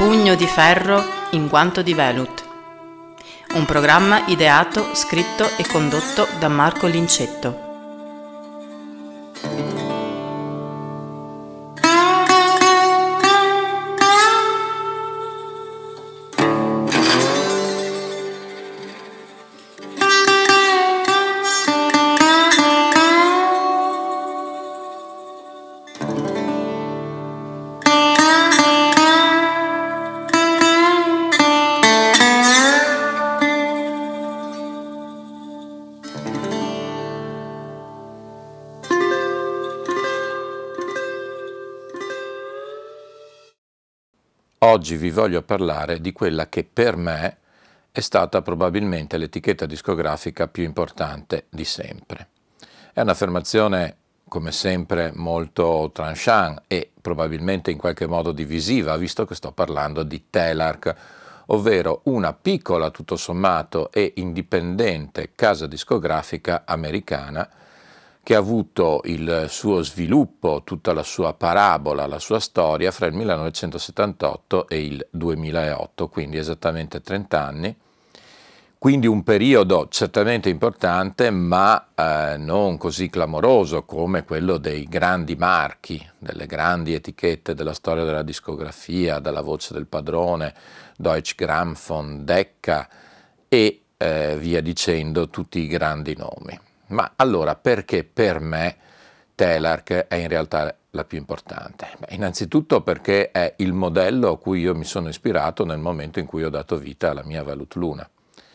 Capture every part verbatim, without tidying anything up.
Pugno di ferro in guanto di velut. Un programma ideato, scritto e condotto da Marco Lincetto. Oggi vi voglio parlare di quella che per me è stata probabilmente l'etichetta discografica più importante di sempre. È un'affermazione, come sempre, molto tranchant e probabilmente in qualche modo divisiva, visto che sto parlando di Telarc, ovvero una piccola, tutto sommato, e indipendente casa discografica americana che ha avuto il suo sviluppo, tutta la sua parabola, la sua storia fra il millenovecentosettantotto e il duemilaotto, quindi esattamente trenta anni. Quindi un periodo certamente importante, ma eh, non così clamoroso come quello dei grandi marchi, delle grandi etichette della storia della discografia, dalla Voce del Padrone, Deutsche Grammophon, Decca e eh, via dicendo, tutti i grandi nomi. Ma allora perché per me Telarc è in realtà la più importante? Beh, innanzitutto perché è il modello a cui io mi sono ispirato nel momento in cui ho dato vita alla mia Velut Luna.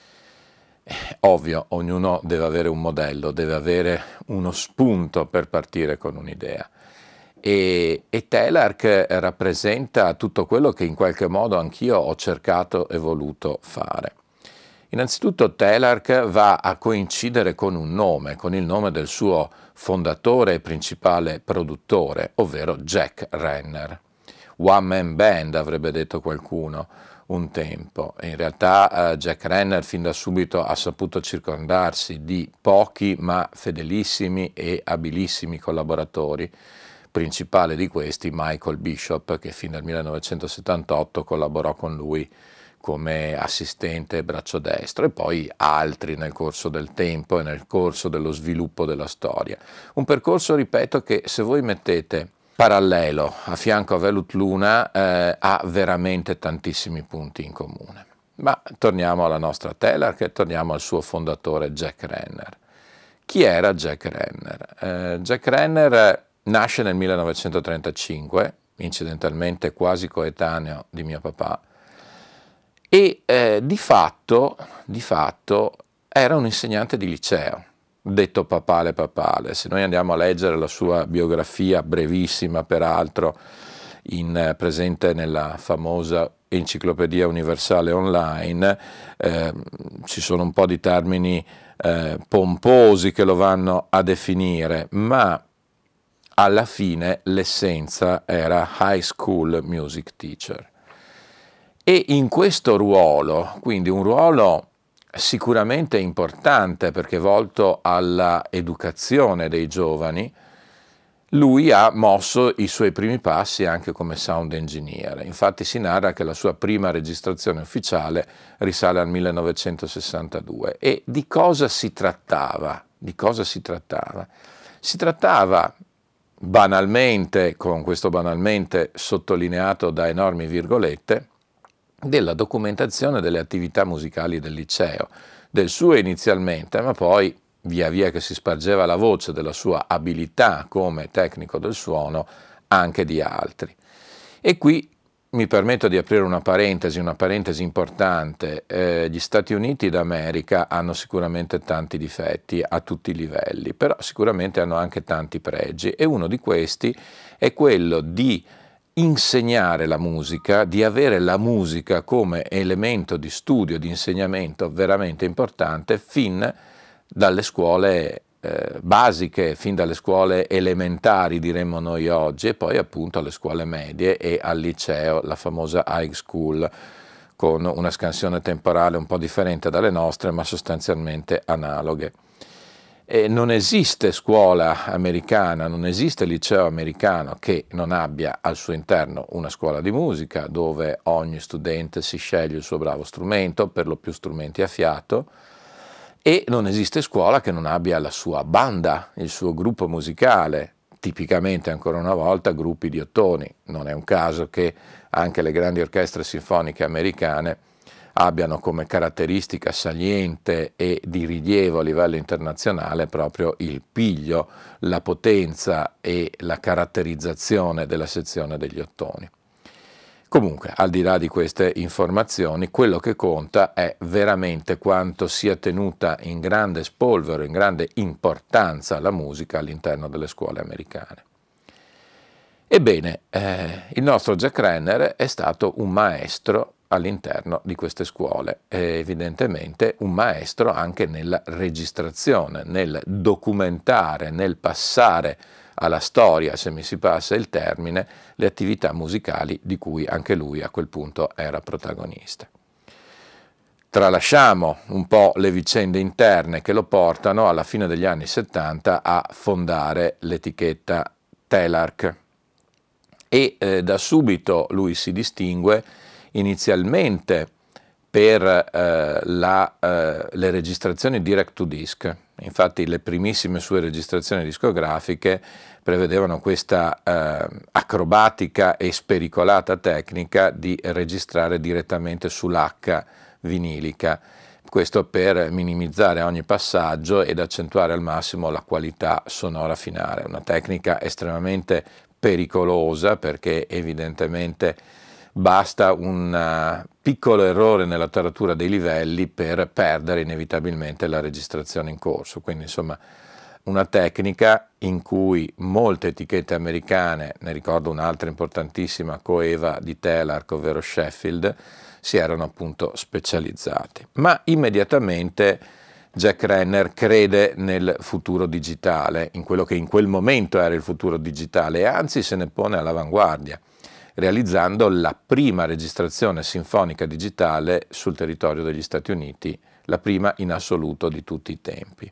Ovvio, ognuno deve avere un modello, deve avere uno spunto per partire con un'idea. E, e Telarc rappresenta tutto quello che in qualche modo anch'io ho cercato e voluto fare. Innanzitutto Telarc va a coincidere con un nome, con il nome del suo fondatore e principale produttore, ovvero Jack Renner. One man band, avrebbe detto qualcuno un tempo. In realtà eh, Jack Renner fin da subito ha saputo circondarsi di pochi ma fedelissimi e abilissimi collaboratori, principale di questi Michael Bishop, che fin dal millenovecentosettantotto collaborò con lui come assistente e braccio destro, e poi altri nel corso del tempo e nel corso dello sviluppo della storia. Un percorso, ripeto, che se voi mettete parallelo a fianco a Velut Luna eh, ha veramente tantissimi punti in comune. Ma torniamo alla nostra Telarc e torniamo al suo fondatore Jack Renner. Chi era Jack Renner? Eh, Jack Renner nasce nel millenovecentotrentacinque, incidentalmente quasi coetaneo di mio papà, e eh, di fatto, di fatto era un insegnante di liceo, detto papale papale. Se noi andiamo a leggere la sua biografia, brevissima peraltro, in, eh, presente nella famosa Enciclopedia Universale Online, eh, ci sono un po' di termini eh, pomposi che lo vanno a definire, ma alla fine l'essenza era high school music teacher. E in questo ruolo, quindi un ruolo sicuramente importante perché volto alla educazione dei giovani, lui ha mosso i suoi primi passi anche come sound engineer. Infatti si narra che la sua prima registrazione ufficiale risale al millenovecentosessantadue. E di cosa si trattava? Di cosa si trattava? Si trattava banalmente, con questo banalmente sottolineato da enormi virgolette, della documentazione delle attività musicali del liceo, del suo inizialmente, ma poi via via che si spargeva la voce della sua abilità come tecnico del suono, anche di altri. E qui mi permetto di aprire una parentesi, una parentesi importante. Eh, gli Stati Uniti d'America hanno sicuramente tanti difetti a tutti i livelli, però sicuramente hanno anche tanti pregi, e uno di questi è quello di insegnare la musica, di avere la musica come elemento di studio, di insegnamento veramente importante fin dalle scuole eh, basiche, fin dalle scuole elementari diremmo noi oggi, e poi appunto alle scuole medie e al liceo, la famosa high school, con una scansione temporale un po' differente dalle nostre ma sostanzialmente analoghe. E non esiste scuola americana, non esiste liceo americano che non abbia al suo interno una scuola di musica dove ogni studente si sceglie il suo bravo strumento, per lo più strumenti a fiato, e non esiste scuola che non abbia la sua banda, il suo gruppo musicale, tipicamente ancora una volta gruppi di ottoni. Non è un caso che anche le grandi orchestre sinfoniche americane abbiano come caratteristica saliente e di rilievo a livello internazionale proprio il piglio, la potenza e la caratterizzazione della sezione degli ottoni. Comunque, al di là di queste informazioni, quello che conta è veramente quanto sia tenuta in grande spolvero, in grande importanza la musica all'interno delle scuole americane. Ebbene, eh, il nostro Jack Renner è stato un maestro all'interno di queste scuole, è evidentemente un maestro anche nella registrazione, nel documentare, nel passare alla storia, se mi si passa il termine, le attività musicali di cui anche lui a quel punto era protagonista. Tralasciamo un po' le vicende interne che lo portano alla fine degli anni settanta a fondare l'etichetta Telarc e eh, da subito lui si distingue inizialmente per eh, la, eh, le registrazioni direct to disc. Infatti le primissime sue registrazioni discografiche prevedevano questa eh, acrobatica e spericolata tecnica di registrare direttamente sull'H vinilica, questo per minimizzare ogni passaggio ed accentuare al massimo la qualità sonora finale. Una tecnica estremamente pericolosa perché evidentemente basta un piccolo errore nella taratura dei livelli per perdere inevitabilmente la registrazione in corso. Quindi insomma una tecnica in cui molte etichette americane, ne ricordo un'altra importantissima, Coeva di Telarc, ovvero Sheffield, si erano appunto specializzati. Ma immediatamente Jack Renner crede nel futuro digitale, in quello che in quel momento era il futuro digitale, e anzi se ne pone all'avanguardia, realizzando la prima registrazione sinfonica digitale sul territorio degli Stati Uniti, la prima in assoluto di tutti i tempi.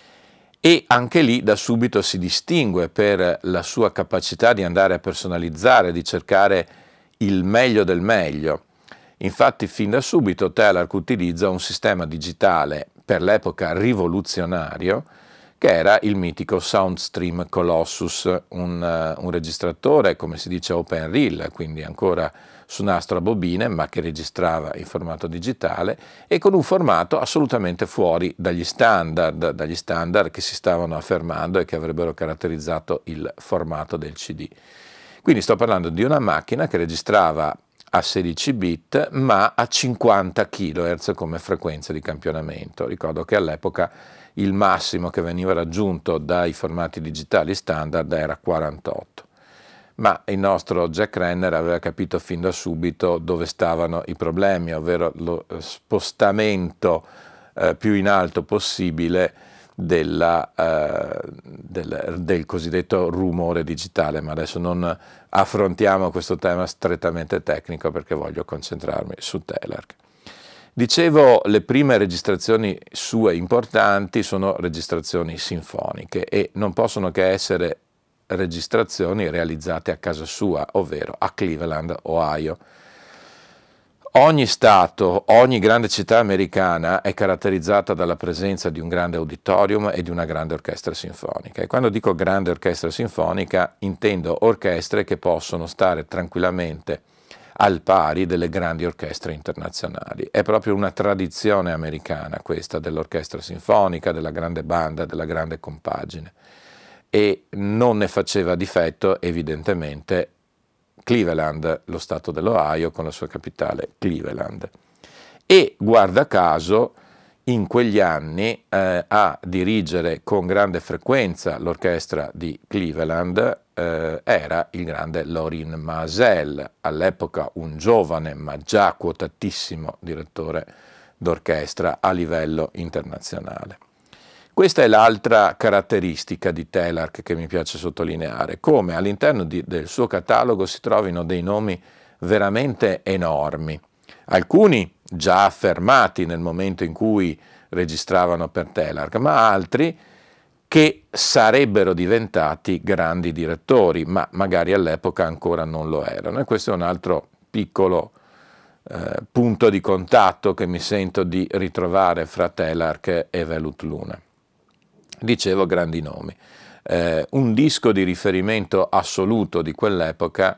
E anche lì da subito si distingue per la sua capacità di andare a personalizzare, di cercare il meglio del meglio. Infatti fin da subito Telarc utilizza un sistema digitale per l'epoca rivoluzionario, che era il mitico Soundstream Colossus, un, uh, un registratore, come si dice, open reel, quindi ancora su nastro a bobine, ma che registrava in formato digitale e con un formato assolutamente fuori dagli standard, dagli standard che si stavano affermando e che avrebbero caratterizzato il formato del C D. Quindi sto parlando di una macchina che registrava a sedici bit ma a cinquanta chilohertz come frequenza di campionamento. Ricordo che all'epoca il massimo che veniva raggiunto dai formati digitali standard era quarantotto. Ma il nostro Jack Renner aveva capito fin da subito dove stavano i problemi, ovvero lo spostamento eh, più in alto possibile della, eh, del, del cosiddetto rumore digitale, ma adesso non affrontiamo questo tema strettamente tecnico perché voglio concentrarmi su Telarc. Dicevo, le prime registrazioni sue importanti sono registrazioni sinfoniche e non possono che essere registrazioni realizzate a casa sua, ovvero a Cleveland, Ohio. Ogni stato, ogni grande città americana è caratterizzata dalla presenza di un grande auditorium e di una grande orchestra sinfonica. E quando dico grande orchestra sinfonica intendo orchestre che possono stare tranquillamente al pari delle grandi orchestre internazionali. È proprio una tradizione americana questa dell'orchestra sinfonica, della grande banda, della grande compagine. E non ne faceva difetto evidentemente Cleveland, lo stato dell'Ohio con la sua capitale Cleveland. E guarda caso in quegli anni eh, a dirigere con grande frequenza l'orchestra di Cleveland eh, era il grande Lorin Maazel, all'epoca un giovane ma già quotatissimo direttore d'orchestra a livello internazionale. Questa è l'altra caratteristica di Telarc che mi piace sottolineare, come all'interno del suo catalogo si trovino dei nomi veramente enormi, alcuni già affermati nel momento in cui registravano per Telarc, ma altri che sarebbero diventati grandi direttori, ma magari all'epoca ancora non lo erano. E questo è un altro piccolo eh, punto di contatto che mi sento di ritrovare fra Telarc e Velut Luna. Dicevo grandi nomi. Eh, un disco di riferimento assoluto di quell'epoca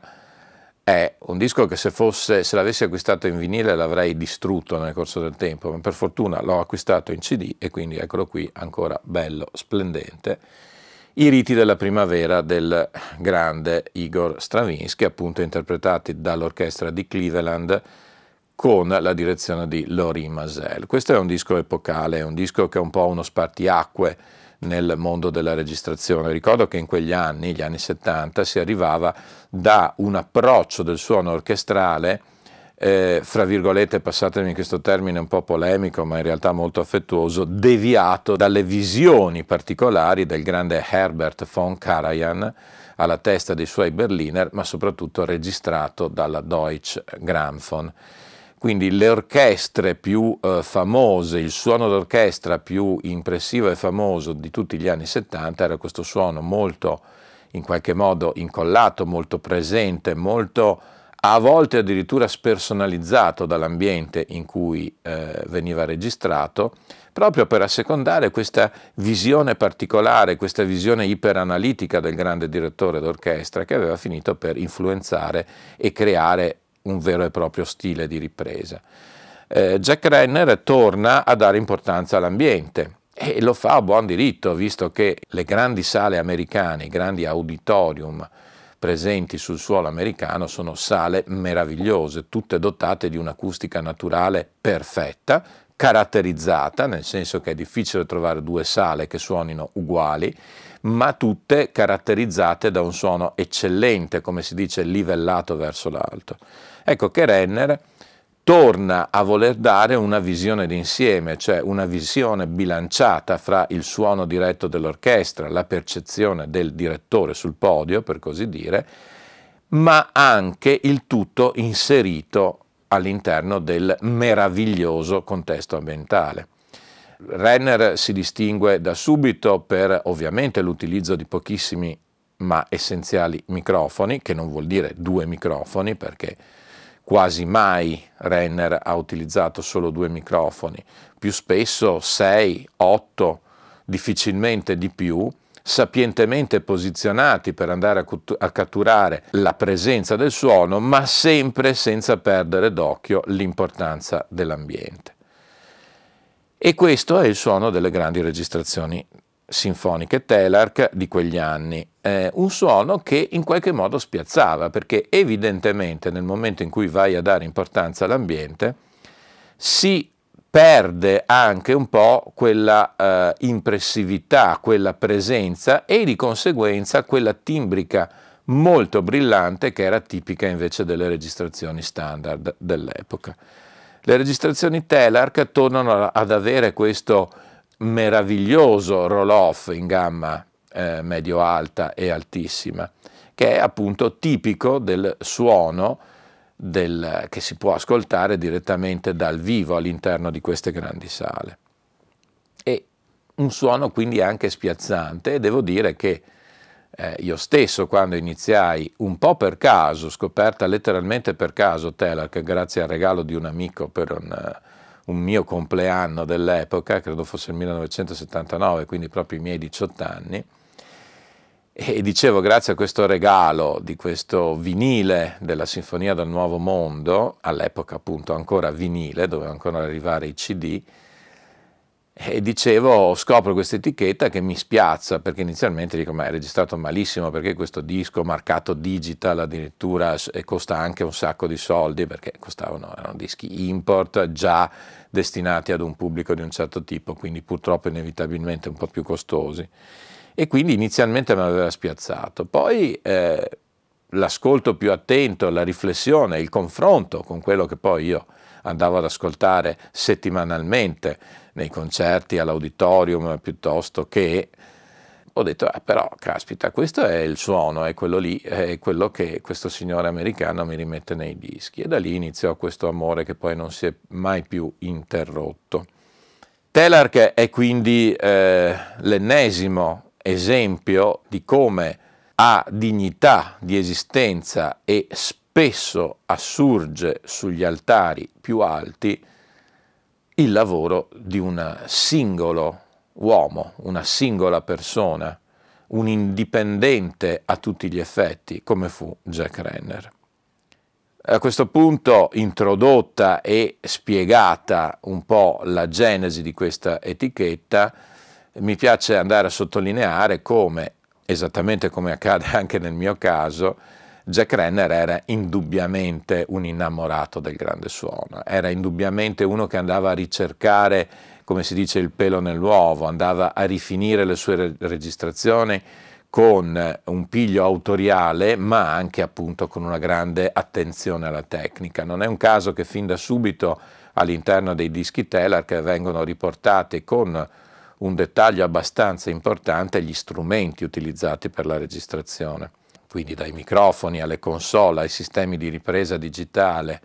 è un disco che se, fosse, se l'avessi acquistato in vinile l'avrei distrutto nel corso del tempo, ma per fortuna l'ho acquistato in C D e quindi eccolo qui ancora bello, splendente. I riti della primavera del grande Igor Stravinsky, appunto interpretati dall'orchestra di Cleveland con la direzione di Lorin Maazel. Questo è un disco epocale, è un disco che è un po' uno spartiacque nel mondo della registrazione. Ricordo che in quegli anni, gli anni settanta, si arrivava da un approccio del suono orchestrale, eh, fra virgolette, passatemi questo termine un po' polemico, ma in realtà molto affettuoso, deviato dalle visioni particolari del grande Herbert von Karajan alla testa dei suoi Berliner, ma soprattutto registrato dalla Deutsche Grammophon. Quindi le orchestre più eh, famose, il suono d'orchestra più impressivo e famoso di tutti gli anni settanta era questo suono molto, in qualche modo, incollato, molto presente, molto a volte addirittura spersonalizzato dall'ambiente in cui eh, veniva registrato, proprio per assecondare questa visione particolare, questa visione iperanalitica del grande direttore d'orchestra che aveva finito per influenzare e creare un vero e proprio stile di ripresa. Eh, Jack Renner torna a dare importanza all'ambiente e lo fa a buon diritto, visto che le grandi sale americane, i grandi auditorium presenti sul suolo americano sono sale meravigliose, tutte dotate di un'acustica naturale perfetta, caratterizzata, nel senso che è difficile trovare due sale che suonino uguali, ma tutte caratterizzate da un suono eccellente, come si dice, livellato verso l'alto. Ecco che Renner torna a voler dare una visione d'insieme, cioè una visione bilanciata fra il suono diretto dell'orchestra, la percezione del direttore sul podio, per così dire, ma anche il tutto inserito all'interno del meraviglioso contesto ambientale. Renner si distingue da subito per ovviamente l'utilizzo di pochissimi ma essenziali microfoni, che non vuol dire due microfoni, perché quasi mai Renner ha utilizzato solo due microfoni, più spesso sei, otto, difficilmente di più, sapientemente posizionati per andare a, a catturare la presenza del suono, ma sempre senza perdere d'occhio l'importanza dell'ambiente. E questo è il suono delle grandi registrazioni sinfoniche Telarc di quegli anni, eh, un suono che in qualche modo spiazzava, perché evidentemente nel momento in cui vai a dare importanza all'ambiente si perde anche un po' quella eh, impressività, quella presenza e di conseguenza quella timbrica molto brillante che era tipica invece delle registrazioni standard dell'epoca. Le registrazioni Telarc tornano ad avere questo meraviglioso roll-off in gamma eh, medio-alta e altissima, che è appunto tipico del suono del, che si può ascoltare direttamente dal vivo all'interno di queste grandi sale. E un suono quindi anche spiazzante, e devo dire che eh, io stesso quando iniziai un po' per caso, scoperta letteralmente per caso Telarc, grazie al regalo di un amico per un un mio compleanno dell'epoca, credo fosse il millenovecentosettantanove, quindi proprio i miei diciotto anni, e dicevo grazie a questo regalo di questo vinile della Sinfonia del Nuovo Mondo, all'epoca appunto ancora vinile, doveva ancora arrivare i C D, e dicevo scopro questa etichetta che mi spiazza, perché inizialmente dico ma è registrato malissimo, perché questo disco marcato digital addirittura e costa anche un sacco di soldi, perché costavano, erano dischi import già destinati ad un pubblico di un certo tipo, quindi purtroppo inevitabilmente un po' più costosi, e quindi inizialmente mi aveva spiazzato. Poi eh, l'ascolto più attento, la riflessione, il confronto con quello che poi io andavo ad ascoltare settimanalmente nei concerti all'auditorium, piuttosto che ho detto ah, però caspita, questo è il suono, è quello lì, è quello che questo signore americano mi rimette nei dischi, e da lì iniziò questo amore che poi non si è mai più interrotto. Telarc è quindi eh, l'ennesimo esempio di come ha dignità di esistenza e spesso assurge sugli altari più alti il lavoro di un singolo uomo, una singola persona, un indipendente a tutti gli effetti, come fu Jack Renner. A questo punto, introdotta e spiegata un po' la genesi di questa etichetta, mi piace andare a sottolineare come, esattamente come accade anche nel mio caso, Jack Renner era indubbiamente un innamorato del grande suono, era indubbiamente uno che andava a ricercare, come si dice, il pelo nell'uovo, andava a rifinire le sue registrazioni con un piglio autoriale, ma anche appunto con una grande attenzione alla tecnica. Non è un caso che fin da subito all'interno dei dischi Telarc vengono riportati con un dettaglio abbastanza importante gli strumenti utilizzati per la registrazione, quindi dai microfoni alle console, ai sistemi di ripresa digitale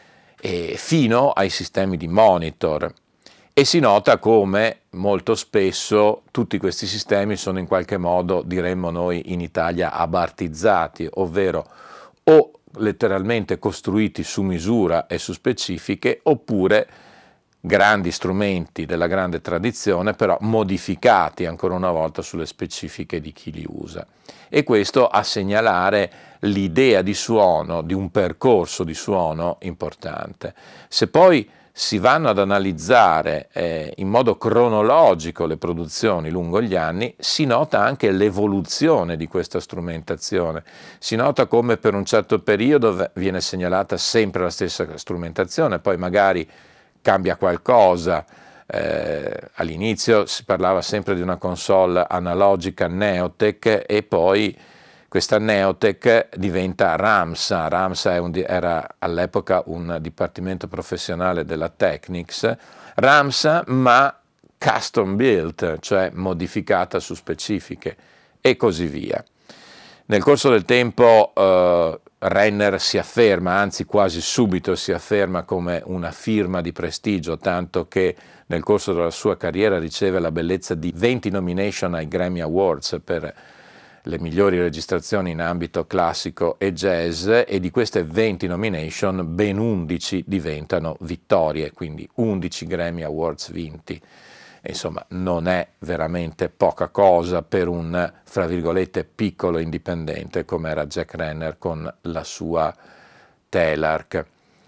e fino ai sistemi di monitor. E si nota come molto spesso tutti questi sistemi sono in qualche modo, diremmo noi in Italia, abartizzati, ovvero o letteralmente costruiti su misura e su specifiche, oppure grandi strumenti della grande tradizione, però modificati ancora una volta sulle specifiche di chi li usa. E questo a segnalare l'idea di suono, di un percorso di suono importante. Se poi si vanno ad analizzare eh, in modo cronologico le produzioni lungo gli anni, si nota anche l'evoluzione di questa strumentazione. Si nota come per un certo periodo viene segnalata sempre la stessa strumentazione, poi magari cambia qualcosa. Eh, all'inizio si parlava sempre di una console analogica Neotech e poi questa Neotech diventa Ramsa. Ramsa è un, era all'epoca un dipartimento professionale della Technics. Ramsa ma custom built, cioè modificata su specifiche e così via. Nel corso del tempo eh, Renner si afferma, anzi quasi subito si afferma come una firma di prestigio, tanto che nel corso della sua carriera riceve la bellezza di venti nomination ai Grammy Awards per le migliori registrazioni in ambito classico e jazz, e di queste venti nomination ben undici diventano vittorie, quindi undici Grammy Awards vinti. Insomma, non è veramente poca cosa per un, fra virgolette, piccolo indipendente come era Jack Renner con la sua Telarc.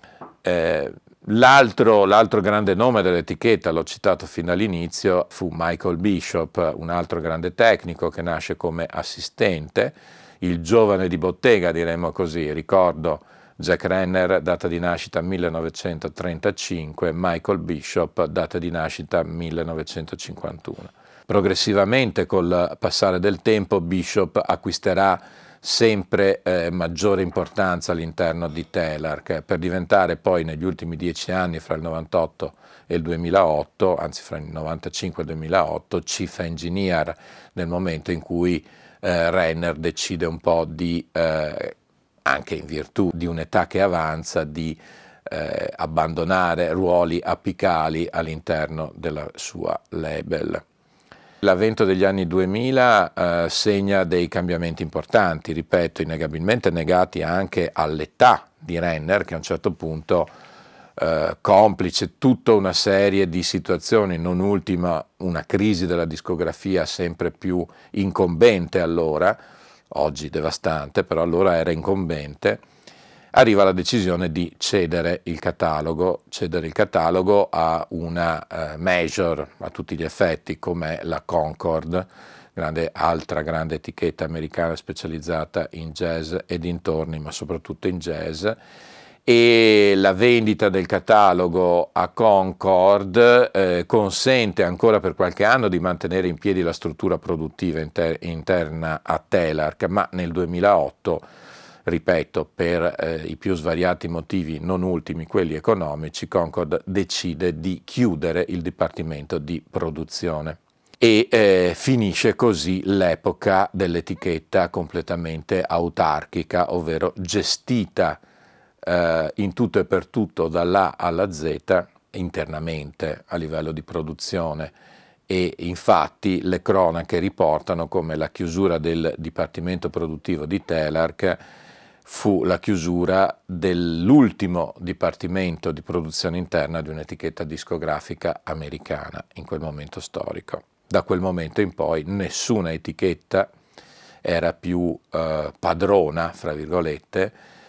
Eh, L'altro, l'altro grande nome dell'etichetta, l'ho citato fin dall'inizio, fu Michael Bishop, un altro grande tecnico che nasce come assistente, il giovane di bottega, diremmo così. Ricordo Jack Renner, data di nascita millenovecentotrentacinque, Michael Bishop, data di nascita millenovecentocinquantuno. Progressivamente, col passare del tempo, Bishop acquisterà sempre eh, maggiore importanza all'interno di Telarc, per diventare poi negli ultimi dieci anni, fra il novantotto e il duemilaotto, anzi fra il novantacinque e il duemilaotto, Chief Engineer, nel momento in cui eh, Renner decide un po' di, eh, anche in virtù di un'età che avanza, di eh, abbandonare ruoli apicali all'interno della sua label. L'avvento degli anni duemila eh, segna dei cambiamenti importanti, ripeto, innegabilmente negati anche all'età di Renner, che a un certo punto, eh, complice tutta una serie di situazioni, non ultima una crisi della discografia sempre più incombente allora, oggi devastante, però allora era incombente, arriva la decisione di cedere il catalogo, cedere il catalogo a una uh, major a tutti gli effetti come la Concord, grande, altra grande etichetta americana specializzata in jazz e dintorni, ma soprattutto in jazz, e la vendita del catalogo a Concord eh, consente ancora per qualche anno di mantenere in piedi la struttura produttiva inter interna a Telarc, ma nel duemilaotto, ripeto, per eh, i più svariati motivi, non ultimi quelli economici, Concord decide di chiudere il dipartimento di produzione e eh, finisce così l'epoca dell'etichetta completamente autarchica, ovvero gestita eh, in tutto e per tutto dall'A alla Z internamente a livello di produzione, e infatti le cronache riportano come la chiusura del dipartimento produttivo di Telarc fu la chiusura dell'ultimo dipartimento di produzione interna di un'etichetta discografica americana in quel momento storico. Da quel momento in poi nessuna etichetta era più eh, padrona, fra virgolette,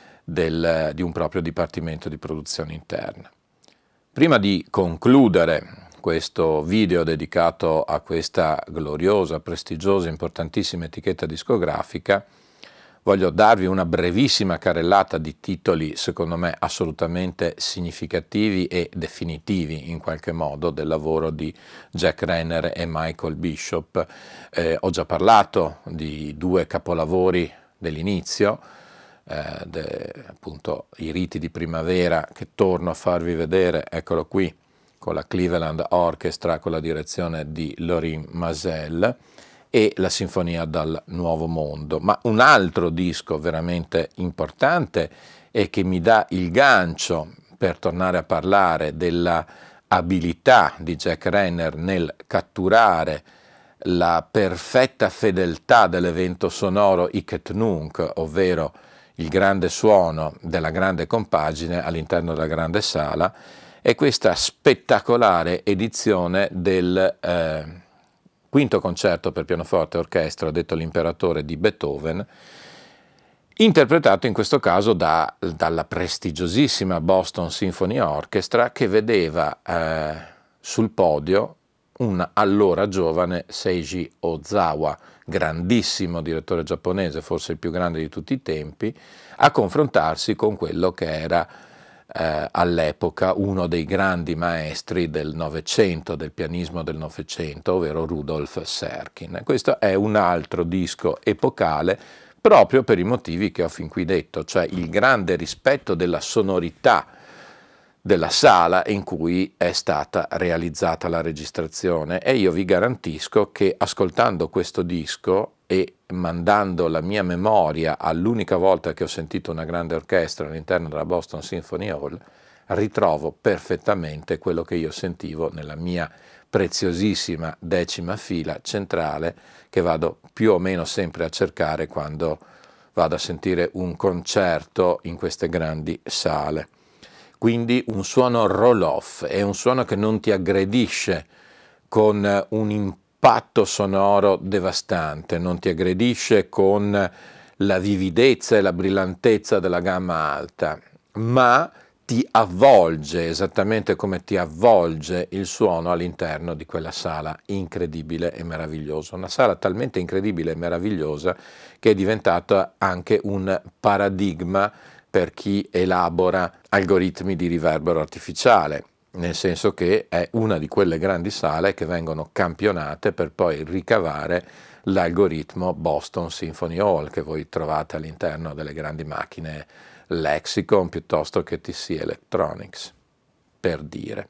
del, di un proprio dipartimento di produzione interna. Prima di concludere questo video dedicato a questa gloriosa, prestigiosa, importantissima etichetta discografica, voglio darvi una brevissima carrellata di titoli, secondo me, assolutamente significativi e definitivi, in qualche modo, del lavoro di Jack Renner e Michael Bishop. Eh, ho già parlato di due capolavori dell'inizio, eh, de, appunto i riti di primavera, che torno a farvi vedere, eccolo qui, con la Cleveland Orchestra, con la direzione di Lorin Maazel, e la Sinfonia dal Nuovo Mondo. Ma un altro disco veramente importante e che mi dà il gancio per tornare a parlare della abilità di Jack Renner nel catturare la perfetta fedeltà dell'evento sonoro Iket Nunc, ovvero il grande suono della grande compagine all'interno della grande sala, è questa spettacolare edizione del eh, quinto concerto per pianoforte e orchestra, detto l'Imperatore, di Beethoven, interpretato in questo caso da, dalla prestigiosissima Boston Symphony Orchestra, che vedeva eh, sul podio un allora giovane Seiji Ozawa, grandissimo direttore giapponese, forse il più grande di tutti i tempi, a confrontarsi con quello che era Eh, all'epoca uno dei grandi maestri del Novecento, del pianismo del Novecento, ovvero Rudolf Serkin. Questo è un altro disco epocale proprio per i motivi che ho fin qui detto, cioè il grande rispetto della sonorità della sala in cui è stata realizzata la registrazione, e io vi garantisco che ascoltando questo disco e mandando la mia memoria all'unica volta che ho sentito una grande orchestra all'interno della Boston Symphony Hall, ritrovo perfettamente quello che io sentivo nella mia preziosissima decima fila centrale, che vado più o meno sempre a cercare quando vado a sentire un concerto in queste grandi sale. Quindi un suono roll-off, è un suono che non ti aggredisce con un impatto sonoro devastante, non ti aggredisce con la vividezza e la brillantezza della gamma alta, ma ti avvolge esattamente come ti avvolge il suono all'interno di quella sala incredibile e meravigliosa. Una sala talmente incredibile e meravigliosa che è diventata anche un paradigma per chi elabora algoritmi di riverbero artificiale, nel senso che è una di quelle grandi sale che vengono campionate per poi ricavare l'algoritmo Boston Symphony Hall, che voi trovate all'interno delle grandi macchine Lexicon piuttosto che T C Electronics, per dire.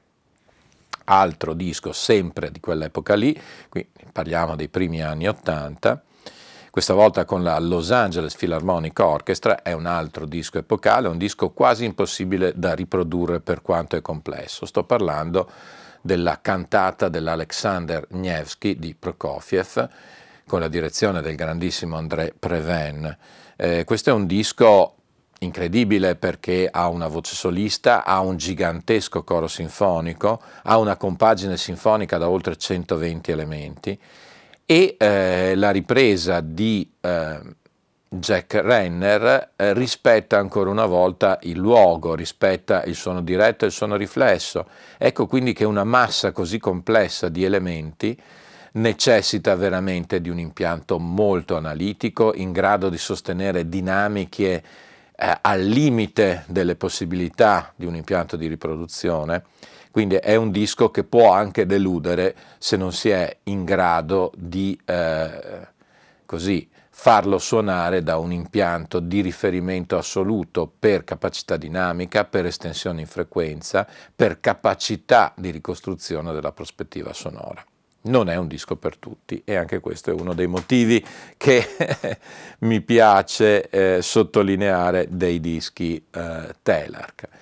Altro disco sempre di quell'epoca lì, qui parliamo dei primi anni ottanta, questa volta con la Los Angeles Philharmonic Orchestra, è un altro disco epocale, un disco quasi impossibile da riprodurre per quanto è complesso. Sto parlando della cantata dell'Alexander Nevsky di Prokofiev, con la direzione del grandissimo André Previn. Eh, questo è un disco incredibile perché ha una voce solista, ha un gigantesco coro sinfonico, ha una compagine sinfonica da oltre centoventi elementi, e eh, la ripresa di eh, Jack Renner eh, rispetta ancora una volta il luogo, rispetta il suono diretto e il suono riflesso. Ecco quindi che una massa così complessa di elementi necessita veramente di un impianto molto analitico, in grado di sostenere dinamiche eh, al limite delle possibilità di un impianto di riproduzione. Quindi è un disco che può anche deludere se non si è in grado di eh, così farlo suonare da un impianto di riferimento assoluto per capacità dinamica, per estensione in frequenza, per capacità di ricostruzione della prospettiva sonora. Non è un disco per tutti, e anche questo è uno dei motivi che mi piace eh, sottolineare dei dischi eh, Telarc.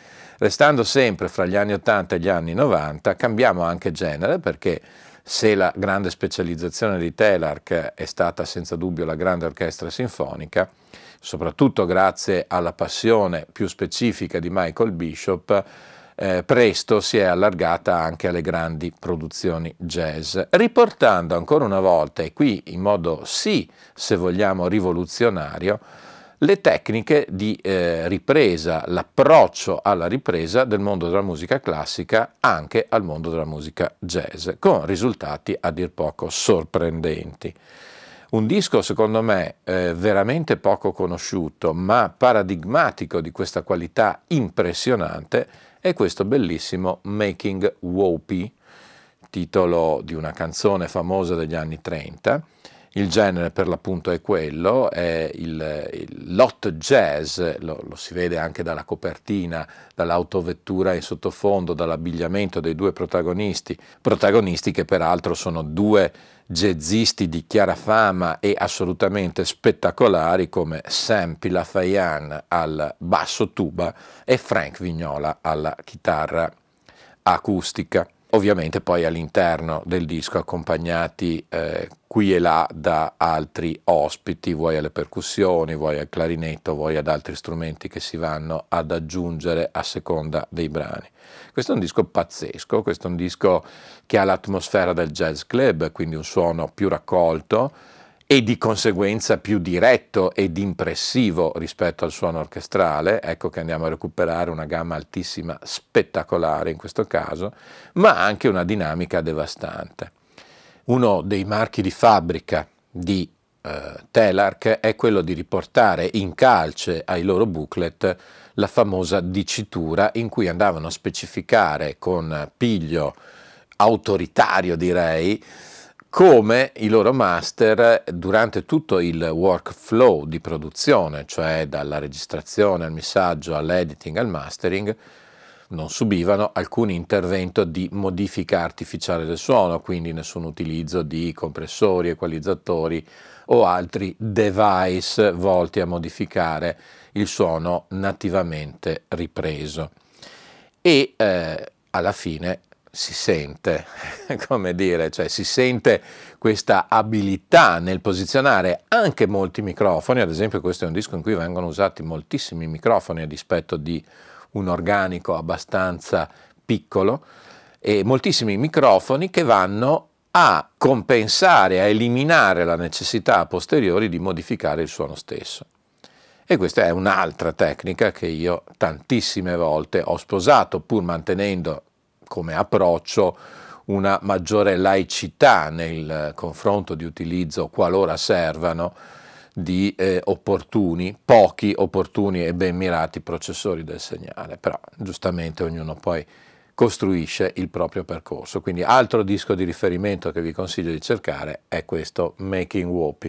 Restando sempre fra gli anni ottanta e gli anni novanta, cambiamo anche genere, perché se la grande specializzazione di Telarc è stata senza dubbio la grande orchestra sinfonica, soprattutto grazie alla passione più specifica di Michael Bishop, eh, presto si è allargata anche alle grandi produzioni jazz, riportando ancora una volta, e qui in modo sì, se vogliamo, rivoluzionario, le tecniche di eh, ripresa, l'approccio alla ripresa del mondo della musica classica anche al mondo della musica jazz, con risultati a dir poco sorprendenti. Un disco secondo me eh, veramente poco conosciuto, ma paradigmatico di questa qualità impressionante, è questo bellissimo Making Whoopee, titolo di una canzone famosa degli anni trenta. Il genere per l'appunto è quello, è il, il lot jazz, lo, lo si vede anche dalla copertina, dall'autovettura in sottofondo, dall'abbigliamento dei due protagonisti, protagonisti che peraltro sono due jazzisti di chiara fama e assolutamente spettacolari come Sam Pilafayan al basso tuba e Frank Vignola alla chitarra acustica. Ovviamente poi all'interno del disco accompagnati eh, qui e là da altri ospiti, vuoi alle percussioni, vuoi al clarinetto, vuoi ad altri strumenti che si vanno ad aggiungere a seconda dei brani. Questo è un disco pazzesco, questo è un disco che ha l'atmosfera del jazz club, quindi un suono più raccolto e di conseguenza più diretto ed impressivo rispetto al suono orchestrale. Ecco che andiamo a recuperare una gamma altissima, spettacolare in questo caso, ma anche una dinamica devastante. Uno dei marchi di fabbrica di eh, Telarc è quello di riportare in calce ai loro booklet la famosa dicitura in cui andavano a specificare con piglio autoritario, direi, come i loro master durante tutto il workflow di produzione, cioè dalla registrazione al missaggio all'editing al mastering, non subivano alcun intervento di modifica artificiale del suono, quindi nessun utilizzo di compressori, equalizzatori o altri device volti a modificare il suono nativamente ripreso. E eh, alla fine si sente, come dire, cioè si sente questa abilità nel posizionare anche molti microfoni. Ad esempio questo è un disco in cui vengono usati moltissimi microfoni a dispetto di un organico abbastanza piccolo, e moltissimi microfoni che vanno a compensare, a eliminare la necessità a posteriori di modificare il suono stesso. E questa è un'altra tecnica che io tantissime volte ho sposato, pur mantenendo come approccio una maggiore laicità nel confronto di utilizzo, qualora servano, di eh, opportuni, pochi opportuni e ben mirati processori del segnale, però giustamente ognuno poi costruisce il proprio percorso. Quindi altro disco di riferimento che vi consiglio di cercare è questo Making Whoopee.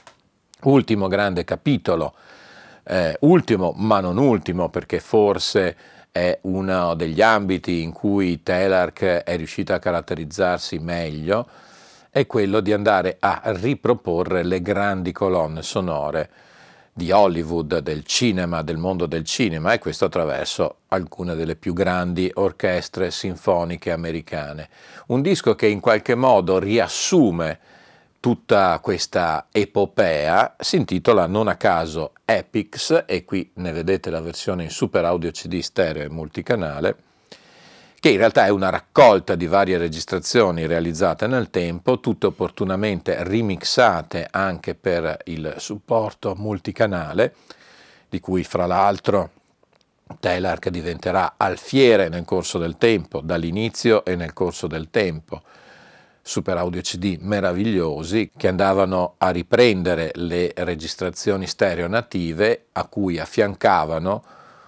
Ultimo grande capitolo, eh, ultimo ma non ultimo, perché forse è uno degli ambiti in cui Telarc è riuscita a caratterizzarsi meglio, è quello di andare a riproporre le grandi colonne sonore di Hollywood, del cinema, del mondo del cinema, e questo attraverso alcune delle più grandi orchestre sinfoniche americane. Un disco che in qualche modo riassume tutta questa epopea, si intitola non a caso Epics, e qui ne vedete la versione in super audio C D stereo e multicanale, che in realtà è una raccolta di varie registrazioni realizzate nel tempo, tutte opportunamente remixate anche per il supporto multicanale, di cui fra l'altro Telarc diventerà alfiere nel corso del tempo, dall'inizio e nel corso del tempo. Super audio C D meravigliosi che andavano a riprendere le registrazioni stereo native, a cui affiancavano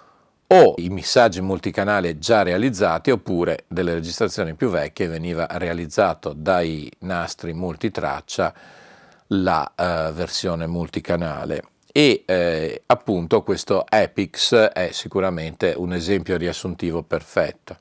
o i missaggi multicanale già realizzati, oppure delle registrazioni più vecchie veniva realizzato dai nastri multitraccia la eh, versione multicanale. E eh, appunto questo Epics è sicuramente un esempio riassuntivo perfetto.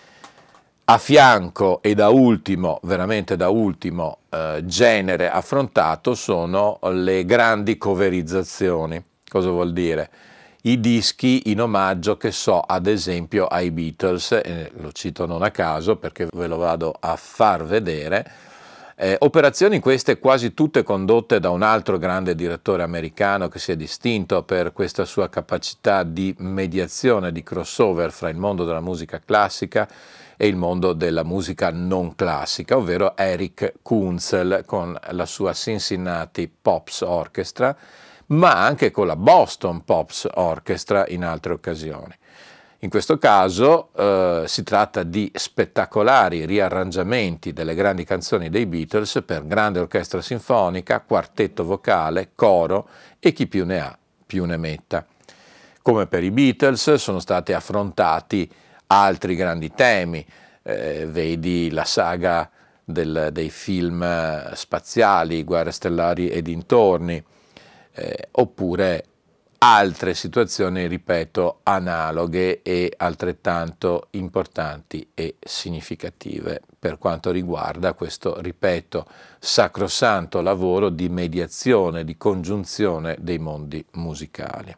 A fianco e da ultimo, veramente da ultimo eh, genere affrontato sono le grandi coverizzazioni. Cosa vuol dire? i dischi in omaggio, che so, ad esempio ai Beatles, e lo cito non a caso perché ve lo vado a far vedere. Eh, operazioni queste quasi tutte condotte da un altro grande direttore americano che si è distinto per questa sua capacità di mediazione, di crossover fra il mondo della musica classica e il mondo della musica non classica, ovvero Eric Kunzel con la sua Cincinnati Pops Orchestra, ma anche con la Boston Pops Orchestra in altre occasioni. In questo caso eh, si tratta di spettacolari riarrangiamenti delle grandi canzoni dei Beatles per grande orchestra sinfonica, quartetto vocale, coro e chi più ne ha più ne metta. Come per i Beatles sono stati affrontati altri grandi temi, eh, vedi la saga del, dei film spaziali, Guerre stellari e dintorni, eh, oppure altre situazioni, ripeto, analoghe e altrettanto importanti e significative per quanto riguarda questo, ripeto, sacrosanto lavoro di mediazione, di congiunzione dei mondi musicali.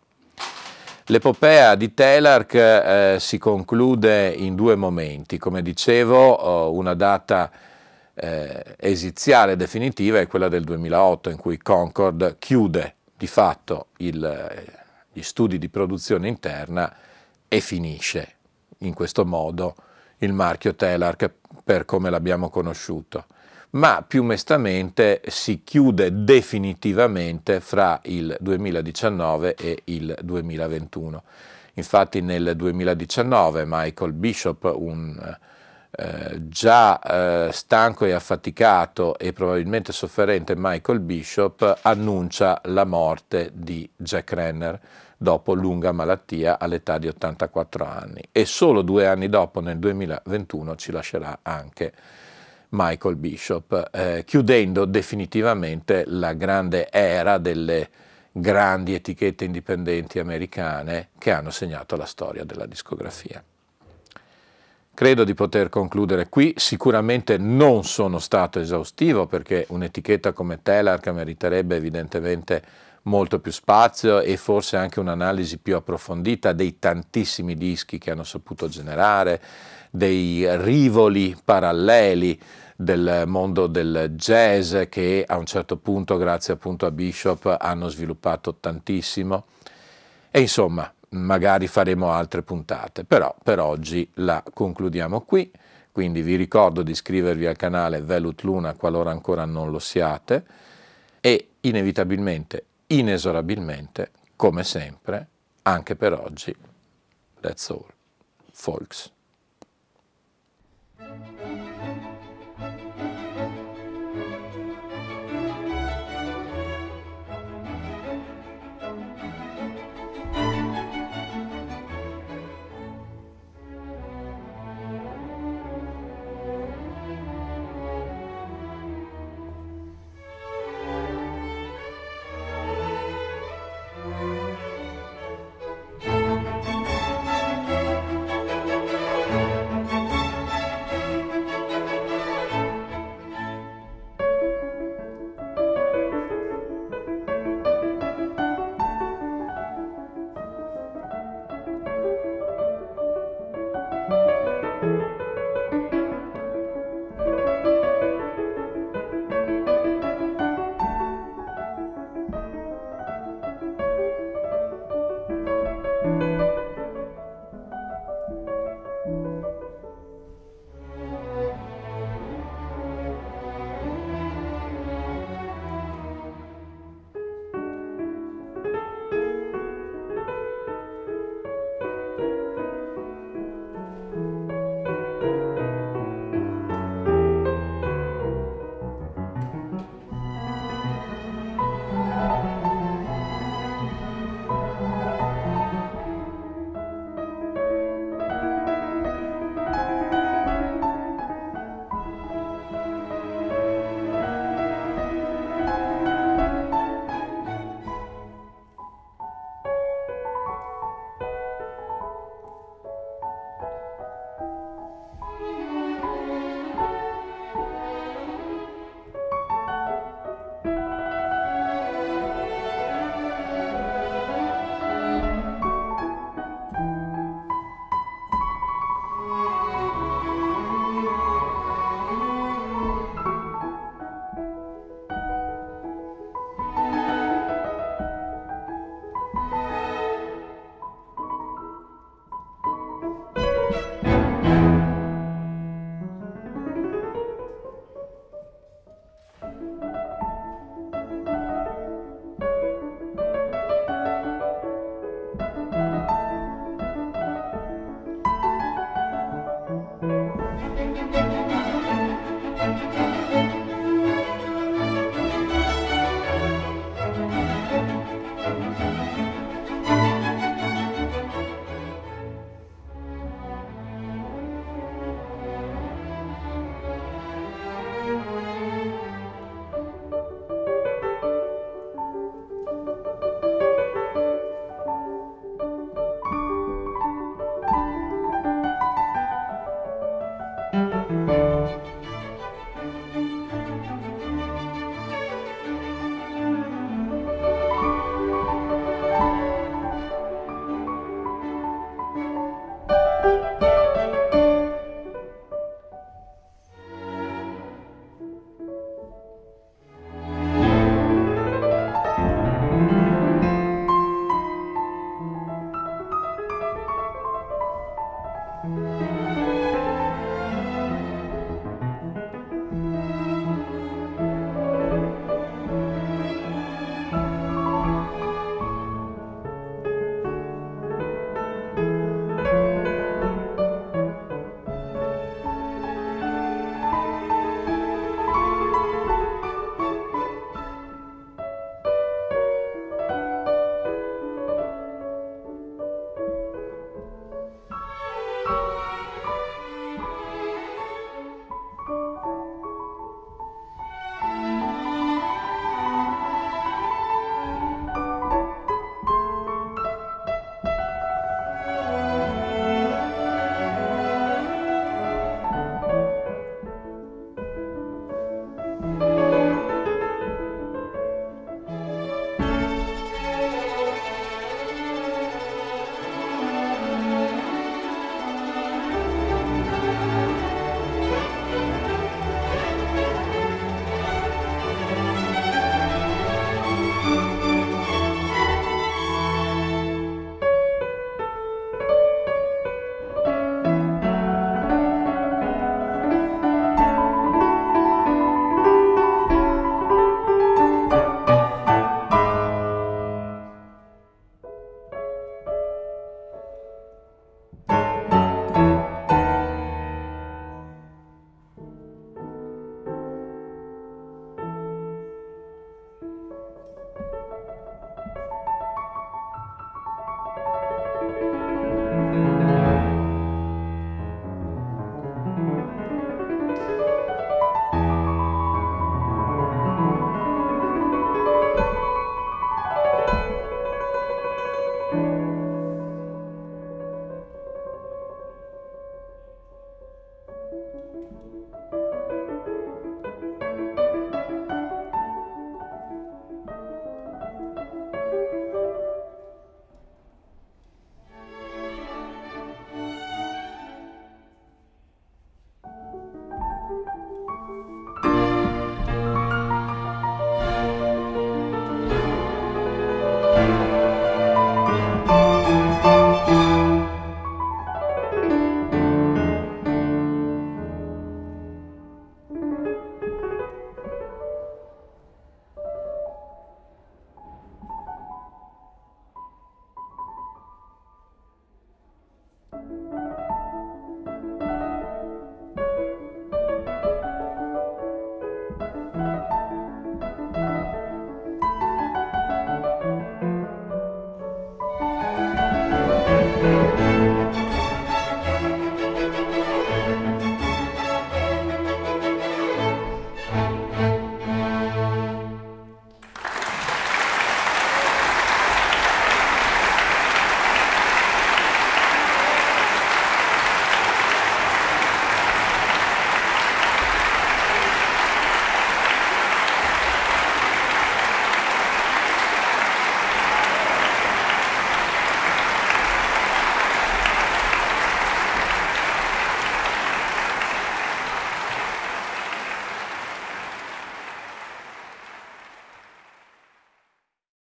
L'epopea di Telarc eh, si conclude in due momenti. Come dicevo, una data eh, esiziale definitiva è quella del duemilaotto, in cui Concord chiude di fatto il, gli studi di produzione interna e finisce in questo modo il marchio Telarc per come l'abbiamo conosciuto. Ma più mestamente si chiude definitivamente fra il duemiladiciannove e il duemilaventuno. Infatti nel duemiladiciannove Michael Bishop, un eh, già eh, stanco e affaticato e probabilmente sofferente Michael Bishop, annuncia la morte di Jack Renner dopo lunga malattia all'età di ottantaquattro anni, e solo due anni dopo, nel duemilaventuno, ci lascerà anche Michael Bishop, eh, chiudendo definitivamente la grande era delle grandi etichette indipendenti americane che hanno segnato la storia della discografia. Credo di poter concludere qui. Sicuramente non sono stato esaustivo, perché un'etichetta come Telarc meriterebbe evidentemente molto più spazio e forse anche un'analisi più approfondita dei tantissimi dischi che hanno saputo generare, dei rivoli paralleli del mondo del jazz che a un certo punto, grazie appunto a Bishop, hanno sviluppato tantissimo. E insomma, magari faremo altre puntate, però per oggi la concludiamo qui. Quindi vi ricordo di iscrivervi al canale Velut Luna qualora ancora non lo siate, e inevitabilmente, inesorabilmente, come sempre, anche per oggi, that's all, folks.